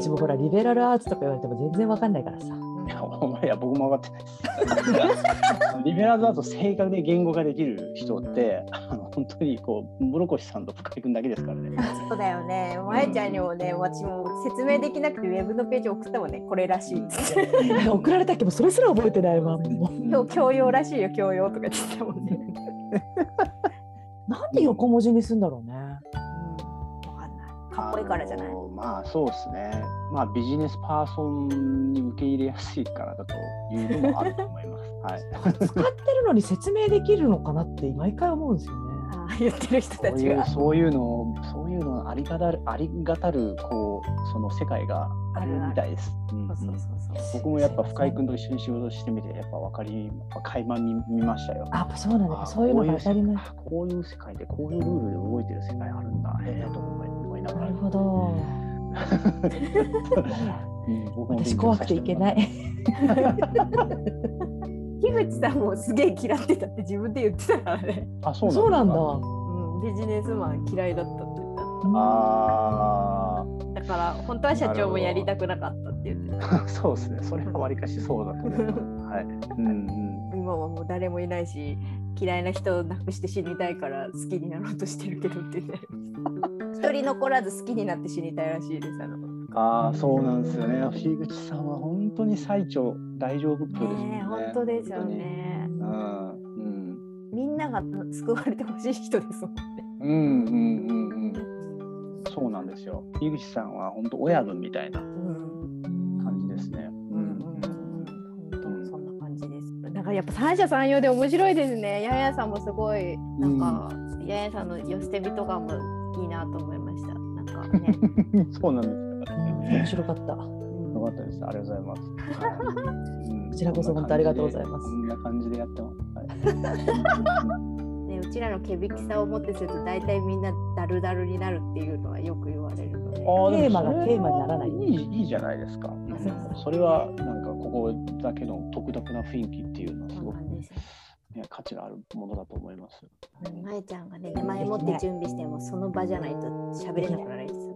私もほらリベラルアーツとか言われても全然わかんないからさ。 いや僕も分かってないです。リベラルアート正確で言語化できる人って本当にこう室越さんと深井君だけですからね。 そうだよね。まえちゃんにもね、私も説明できなくてウェブのページ送ったもんね。これらしい。 送られたっけどそれすら覚えてないわ。 今日教養らしいよ教養とか言ってたもんね。 なんで横文字にするんだろうね。 わかんない。かっこいいからじゃない。 まあそうですね。まあビジネスパーソンに受け入れやすいからだというのもあると思います。はい。 使ってるのに説明できるのかなって毎回思うんですよね。 言ってる人たちがそういうのありがたるこうその世界があるみたいです。僕もやっぱ深井君と一緒に仕事してみてやっぱ垣間見ましたよ。 あ、そうなんだ。そういうのが当たり前。 こういう世界でこういうルールで動いてる世界あるんだ。と思いながら。 なるほど。私怖くていけない。 樋口さんもすげえ嫌ってたって自分で言ってたからね。 あ、そうなんだ。 ビジネスマン嫌いだったって言った。だから本当は社長もやりたくなかったって言ってた。 そうですね。それはわりかしそうだと思います。はい。 今はもう誰もいないし嫌いな人をなくして死にたいから好きになろうとしてるけどって言って一人残らず好きになって死にたいらしいです。 そうなんですよね。樋口さんは本当に最長大乗仏教ですね。 本当ですよね。みんなが救われてほしい人ですもんね。 そうなんですよ。樋口さんは本当親分みたいな感じですね。 そんな感じです。なんかやっぱ三者三様で面白いですね。ややさんもすごいなんか、ややさんの寄捨て人とかもいいなと思いました。なんかね。 そうなんですか。 面白かった。 よかったです。ありがとうございます。 こちらこそ本当ありがとうございます。 こんな感じでやってます。 ね、うちらの毛引きさをもってすると大体みんなダルダルになるっていうのはよく言われるので。 テーマがテーマにならない。 いいじゃないですか。それはなんかここだけの独特な雰囲気っていうのはすごく、ね、価値があるものだと思います。 まえちゃんがね、名前持って準備してもその場じゃないと喋れなくなるんですよ。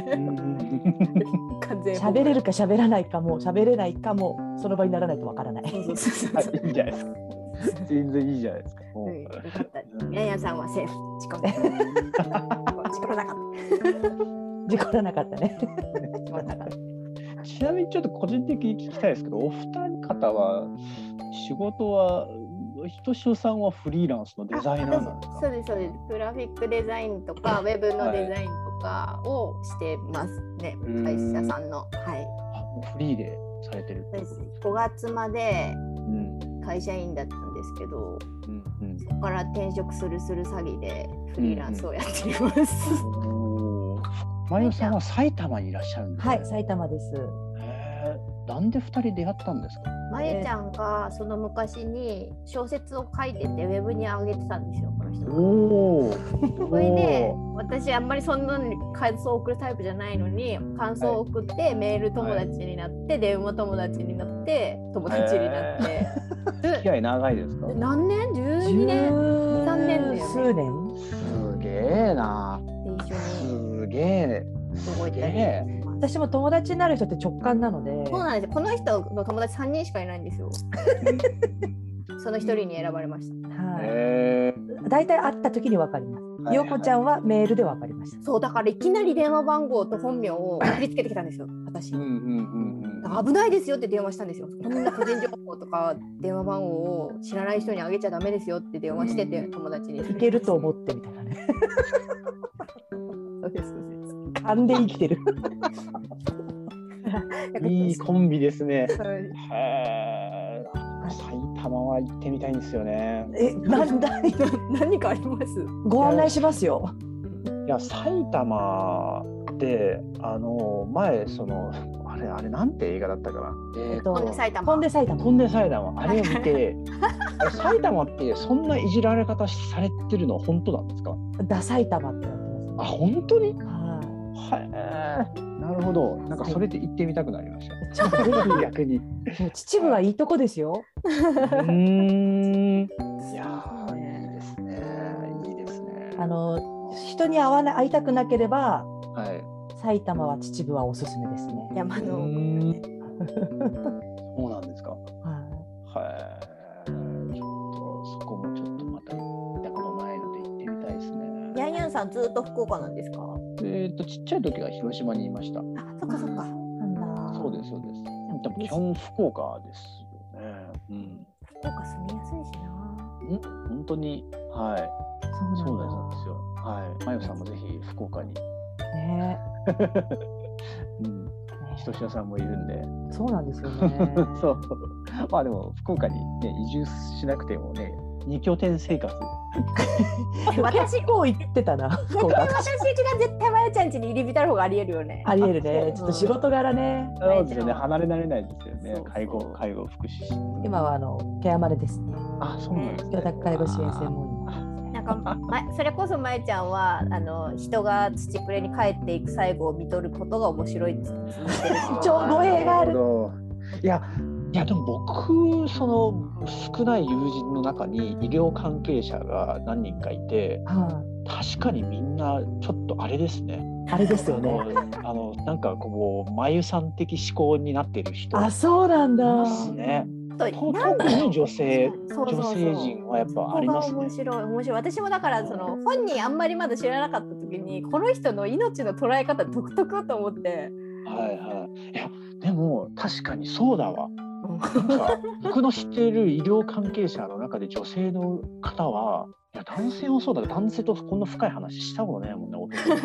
喋れるか喋らないかも喋れないかもその場にならないとわからない。 いいんじゃないですか。全然いいじゃないですか。 よかった。ややさんはセーフ。事故らなかった。 事故らなかったね。 ちなみにちょっと個人的に聞きたいですけど、お二人方は仕事はひとしおさんはフリーランスのデザイナーなんですか？ そうですそうです。グラフィックデザインとかウェブのデザインとかをしてますね。会社さんの。はい。 もうフリーでされてる。 5月まで会社員だったんですけど、そこから転職する詐欺でフリーランスをやっています。 まゆさんは埼玉にいらっしゃるんですか？ はい、埼玉です。 なんで2人出会ったんですか？ まゆちゃんがその昔に小説を書いててウェブに上げてたんですよ、この人が。それで私あんまりそんなに感想を送るタイプじゃないのに感想を送ってメール友達になって電話友達になって友達になって付き合い長いですか？ 何年 ?12 年3年だよね。 数年。 すげえな。すげえ。 動いてる。 私も友達になる人って直感なので。 そうなんですよ。この人の友達3人しかいないんですよ。その1人に選ばれました。 だいたい会った時に分かります。よこちゃんはメールで分かりました。 そうだからいきなり電話番号と本名を送りつけてきたんですよ、私。危ないですよって電話したんですよ。こんな個人情報とか電話番号を知らない人にあげちゃダメですよって電話してて、友達に。 いけると思ってみたいなね。 そうです。 勘で生きてる。 いいコンビですね。埼玉は行ってみたいんですよね。 何かあります？ ご案内しますよ。 いや、埼玉って前あれなんて映画だったかな。 飛んで埼玉。 飛んで埼玉。 飛んで埼玉。あれを見て、埼玉ってそんないじられ方されてるの本当なんですか？ ダ埼玉って言われてます。 あ、本当に？なるほど。なんかそれで行ってみたくなりました。逆に。 秩父はいいとこですよ。 いやー、いいですね。いいですね。 人に会いたくなければ、 埼玉は秩父はおすすめですね。 山のそうなんですか。はい。ちょっとそこもちょっとまた行ったことないので行ってみたいですね。 ヤンヤンさんずっと福岡なんですか？ ちっちゃい時は広島にいました。 あ、そっかそっか。なんだ。 そうですそうです。でも基本福岡ですよね。うん。 福岡住みやすいしな。 本当に、はい。そうなんですよ。はい。まゆさんもぜひ福岡に。ね。うん。ひとしやさんもいるんで。 そうなんですよね。 そう。まあでも福岡にね移住しなくてもね、2拠点生活。 私こう言ってたな。 私が絶対まゆちゃん家に入り浸る方がありえるよね。 ありえるね。ちょっと仕事柄ね。 そうですよね。離れられないですよね。介護福祉士。 今はケアマネですね。 あ、そうなんですね。 居宅介護支援専門員。 なんかそれこそまゆちゃんは人が土くれに帰っていく最後を見とることが面白いって言ってるし。 超語弊がある。 いやでも僕その少ない友人の中に医療関係者が何人かいて、確かにみんなちょっとあれですね。 あれですよね。 なんかこうまゆさん的思考になっている人。 あ、そうなんだ。 ですね。特に女性陣はやっぱありますね。 面白い。私もだから本人あんまりまだ知らなかった時にこの人の命の捉え方独特と思って。 はいはい。いやでも確かにそうだわ。なんか僕の知っている医療関係者の中で女性の方は、いや男性もそうだけど男性とこんな深い話したことないもんね。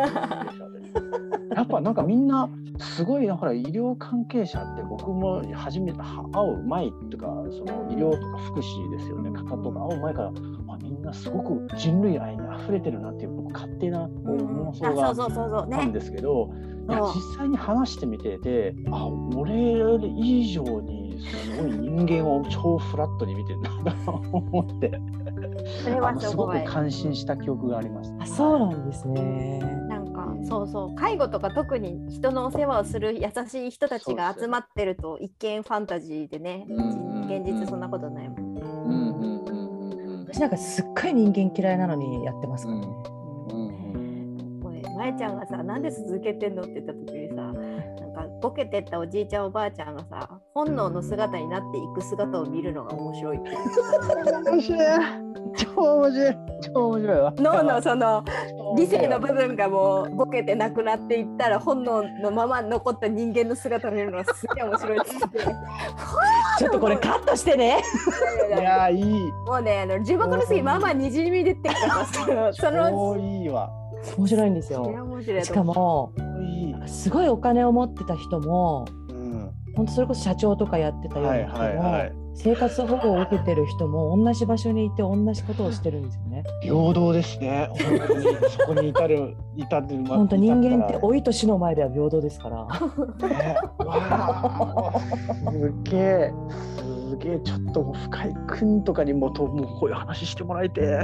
やっぱなんかみんなすごいだから医療関係者って僕も初めて会う前とかその医療とか福祉ですよね方とか会う前からみんなすごく人類愛に溢れてるなっていう僕勝手な妄想があったんですけど、いや実際に話してみてて俺以上にすごい人間を超フラットに見てるなと思って。 それはすごく感心した記憶があります。 そうなんですね。 なんかそう介護とか特に人のお世話をする優しい人たちが集まってると一見ファンタジーでね、現実そんなことないもん。 私なんかすっごい人間嫌いなのにやってますからね。 まやちゃんがさ、なんで続けてんのって言った時にさ、なんかボケてったおじいちゃんおばあちゃんがさ、本能の姿になっていく姿を見るのが面白いって。 面白い。超面白いわ。 脳のその理性の部分がもうボケてなくなっていったら本能のまま残った人間の姿を見るのがすげえ面白いって言ってちょっとこれカットしてね。 いやいい。 もうね、重箱の隅まあまあにじみ出てるからそのいいわ。 面白いんですよ。しかもすごいお金を持ってた人も、本当それこそ社長とかやってたような人も、生活保護を受けてる人も同じ場所にいて同じことをしてるんですよね。 平等ですね。本当にそこに至る本当人間って老いと死の前では平等ですから。 すげえちょっと深井君とかにもうこういう話してもらえて。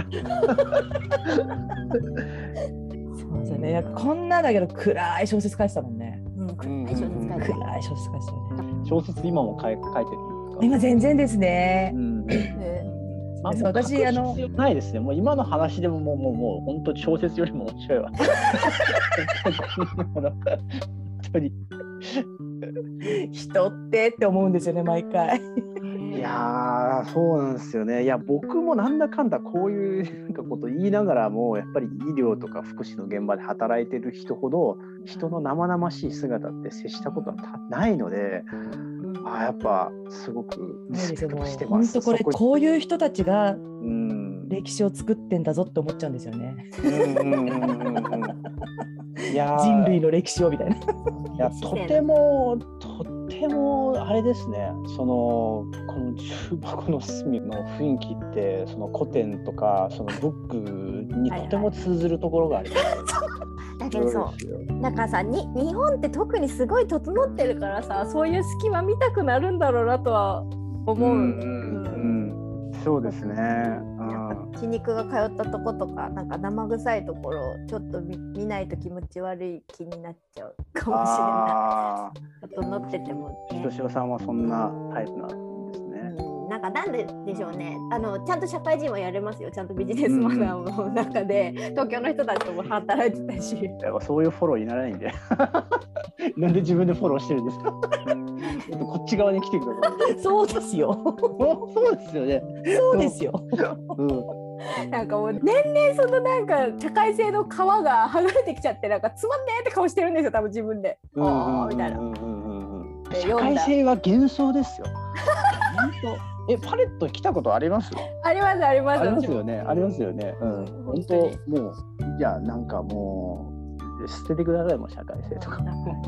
そうですよね。こんなだけど暗い小説書いてたもんね。 暗い小説書いてたね。 小説今も書いてるんですか？ 今全然ですね。 私ないですね。もう今の話でももう本当に小説よりも面白いわ。本当に人って思うんですよね毎回。 いやそうなんですよね。いや僕もなんだかんだこういうこと言いながらもやっぱり医療とか福祉の現場で働いてる人ほど人の生々しい姿って接したことはないので、やっぱすごくリスペクトしてます。 本当こういう人たちが歴史を作ってんだぞって思っちゃうんですよね。人類の歴史をみたいな。いやとてもあれですね。この重箱の隅の雰囲気って古典とかブックにとても通ずるところがあります。 だけどなんかさ日本って特にすごい整ってるからさ、そういう隙間見たくなるんだろうなとは思う。 そうですね。 皮肉が通ったとことか、なんか生臭いところをちょっと 見ないと気持ち悪い気になっちゃうかもしれない。整ってても、 ひとしおさんはそんなタイプなんですね。 なんかなんででしょうね、ちゃんと社会人はやれますよ、ちゃんとビジネスマナーの中で、東京の人たちとも働いてたし。 そういうフォローにならないんでなんで自分でフォローしてるんですかこっち側に来てください。 そうですよそうですよね。 そうですよ、 なんかもう年々そのなんか社会性の皮が剥がれてきちゃって、なんかつまんねえって顔してるんですよ、多分自分で。みたいな。 社会性は幻想ですよ。パレット来たことあります？ ありますあります。 ありますよね。ありますよね。本当もういやなんかもう捨ててください、もう社会性とか。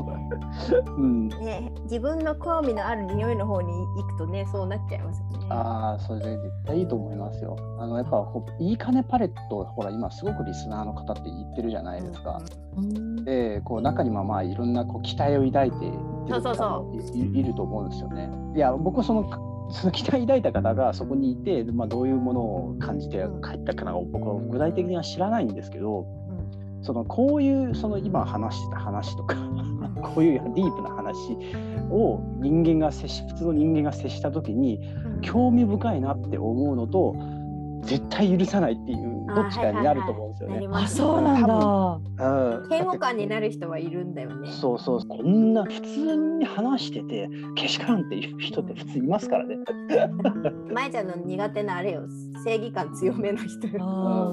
ね、自分の好みのある匂いの方に行くとね、そうなっちゃいますよね。 それで絶対いいと思いますよ。やっぱいいかねパレット、ほら今すごくリスナーの方って言ってるじゃないですか。でこう中にもまあいろんなこう期待を抱いている方もいると思うんですよね。いや僕はその期待抱いた方がそこにいて、どういうものを感じて帰ったかな僕は具体的には知らないんですけど、こういう今話してた話とかこういうディープな話を普通の人間が接した時に興味深いなって思うのと、絶対許さないっていうどっちかになると思うんですよね。 そうなんだ。 嫌悪感になる人はいるんだよね。 そうこんな普通に話しててけしからんっていう人って普通いますからね。 まえちゃんの苦手なあれよ、正義感強めの人よ。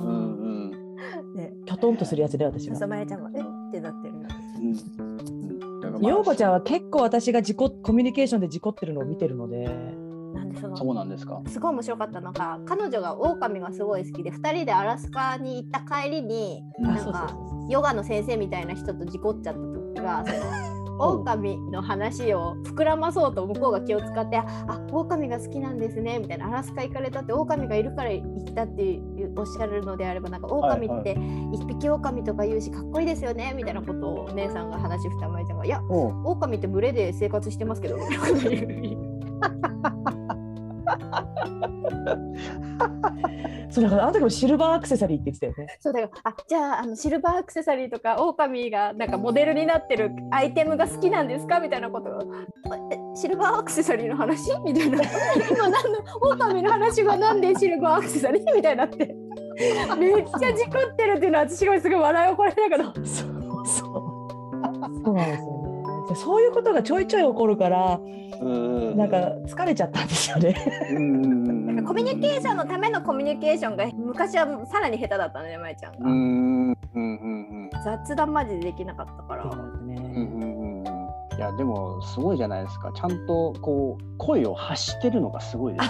きょとんとするやつで、私は。 まえちゃんがってなってる。 ようこちゃんは結構私がコミュニケーションで事故ってるのを見てるので。 そうなんですか。 すごい面白かったのが、彼女が狼がすごい好きで、2人でアラスカに行った帰りになんかヨガの先生みたいな人と事故っちゃった時が、狼の話を膨らまそうと向こうが気を使って、狼が好きなんですねみたいな、アラスカ行かれたって狼がいるから行ったっておっしゃるのであれば、なんか狼って一匹狼とか言うしかっこいいですよねみたいなことをお姉さんが話したまえちゃんが、いや狼って群れで生活してますけどみたいなこと言う。 そうだからあの時もシルバーアクセサリーって言ってたよね。 そうだからじゃあシルバーアクセサリーとか狼がなんかモデルになってるアイテムが好きなんですかみたいなことを、シルバーアクセサリーの話みたいな今狼の話がなんでシルバーアクセサリーみたいになってめっちゃ事故ってるっていうのは私がすごい笑いをこられたけど、 そうなんですよね。そういうことがちょいちょい起こるからなんか疲れちゃったんですよね。 なんかコミュニケーションのためのコミュニケーションが昔はさらに下手だったね、まえちゃんが。雑談マジでできなかったから。 いやでもすごいじゃないですか。ちゃんとこう声を発してるのがすごいです。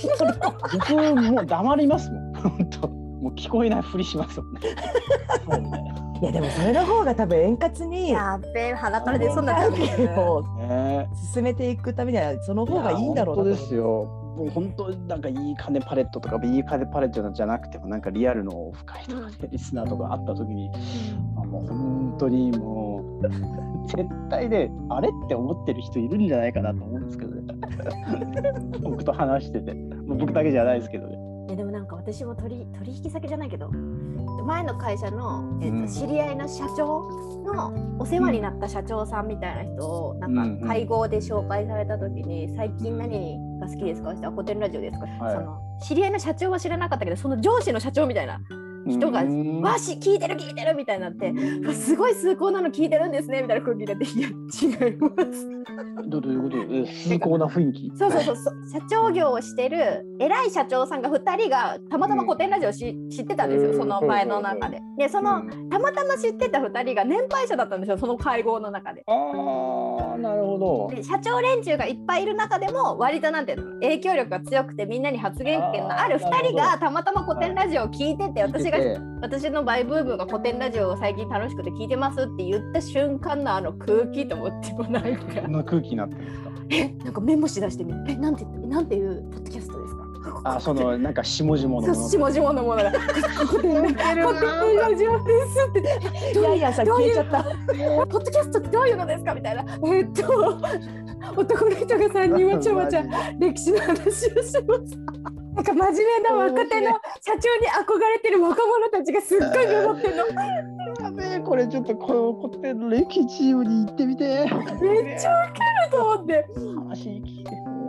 僕もう黙りますもん。本当もう聞こえないふりしますもんね。 いやでもそれの方が多分円滑にやっべえ鼻から出そうになっちゃうね。進めていくためにはその方がいいんだろうな。 本当ですよ。もう本当なんかいい金パレットとかいい金パレットじゃなくてもなんかリアルのオフ会とかでリスナーとかあった時に、もう本当にもう絶対であれって思ってる人いるんじゃないかなと思うんですけどね。僕と話してて、僕だけじゃないですけどね。 でもなんか私も取引先じゃないけど前の会社の、知り合いの社長のお世話になった社長さんみたいな人をなんか会合で紹介された時に、最近何が好きですかって、古典ラジオですか、その知り合いの社長は知らなかったけどその上司の社長みたいな人がわし聞いてるみたいになって、すごい崇高なの聞いてるんですねみたいな空気になって、いや違います。 どういうこと？崇高な雰囲気。 そう社長業をしてる偉い社長さんが2人がたまたま古典ラジオ知ってたんですよ、その前の中で。でそのたまたま知ってた2人が年配者だったんですよ、その会合の中で。 なるほど。 で社長連中がいっぱいいる中でも割となんていうの影響力が強くてみんなに発言権のある2人がたまたま古典ラジオを聞いてて、私のバイブームが古典ラジオを最近楽しくて聞いてますって言った瞬間のあの空気と思ってもなんかこんな空気になってるんですか。 なんかメモし出してみて、なんていうポッドキャストですか。 そのなんか下々のもの。 下々のものが。古典ラジオですって。 いやいやさ消えちゃった。 ポッドキャストってどういうのですかみたいな。男の人が3人わちゃわちゃ歴史の話をします。なんか真面目な若手の社長に憧れてる若者たちがすっごいメモってるの。 やべえ、これちょっと古典の歴チームに行ってみて。 めっちゃウケると思って。 話聞いて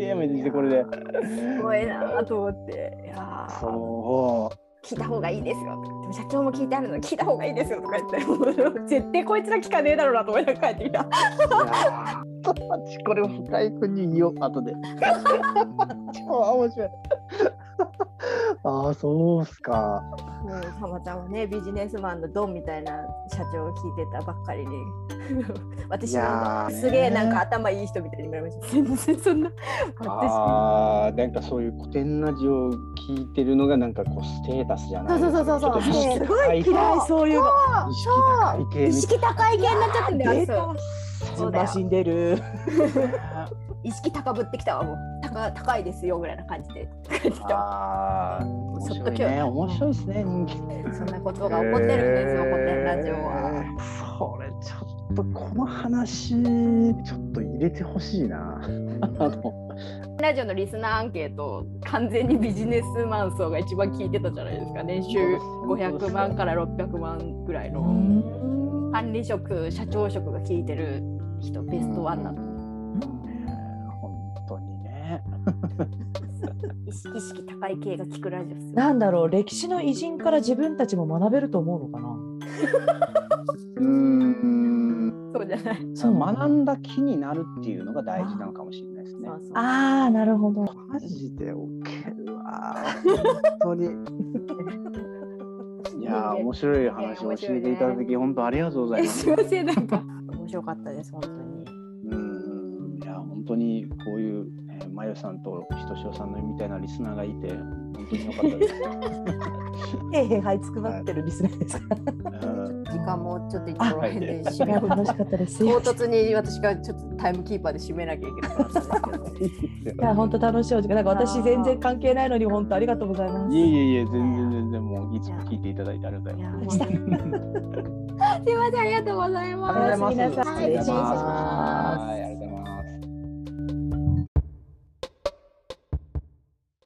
やめてしてこれで。 すごいなと思って。いやそう聞いた方がいいですよ。でも社長も聞いてあるの聞いた方がいいですよとか言って絶対こいつら聞かねえだろうなと思いながら帰ってきた。 これを深井君に言おう後で。超面白い。ああそうっすか。 もうさまちゃんはねビジネスマンのドンみたいな社長を聞いてたばっかりに私はすげえなんか頭いい人みたいに言われました。全然そんな私なんかそういう古典ラジオを聞いてるのがなんかこうステータスじゃない。 そうすごい嫌いそういうの。 意識高い系になっちゃってんだよ。 そうだよ。死んでる。 意識高ぶってきたわもう高いですよぐらいな感じで。 面白いね。面白いですね人間。 そんなことが起こってるんですよ古典ラジオは。 それちょっとこの話ちょっと入れてほしいな。 ラジオのリスナーアンケート完全にビジネスマン層が一番聞いてたじゃないですか。年収500万から600万ぐらいの管理職社長職が聞いてる人ベストワンなの。意識高い系が聞くラジオです。 なんだろう、歴史の偉人から自分たちも学べると思うのかな。 そうじゃない。 そう学んだ気になるっていうのが大事なのかもしれないですね。 ああ、なるほど。 マジでオケるわ。本当に。いや面白い話を教えていただき本当ありがとうございます。 すいませんなんか面白かったです本当に。 いや本当にこういう。まゆさんとひとしおさんのみたいなリスナーがいて本当に良かったです。 はいつくばってるリスナーですか。 時間もちょっといつも辺で締め楽しかったです。 唐突に私がちょっとタイムキーパーで締めなきゃいけなかったんですけど。 いや本当楽しいお時間。なんか私全然関係ないのに本当ありがとうございます。 いえ全然もういつも聞いていただいてありがとうございます。 すいませんありがとうございます。 皆さん失礼します。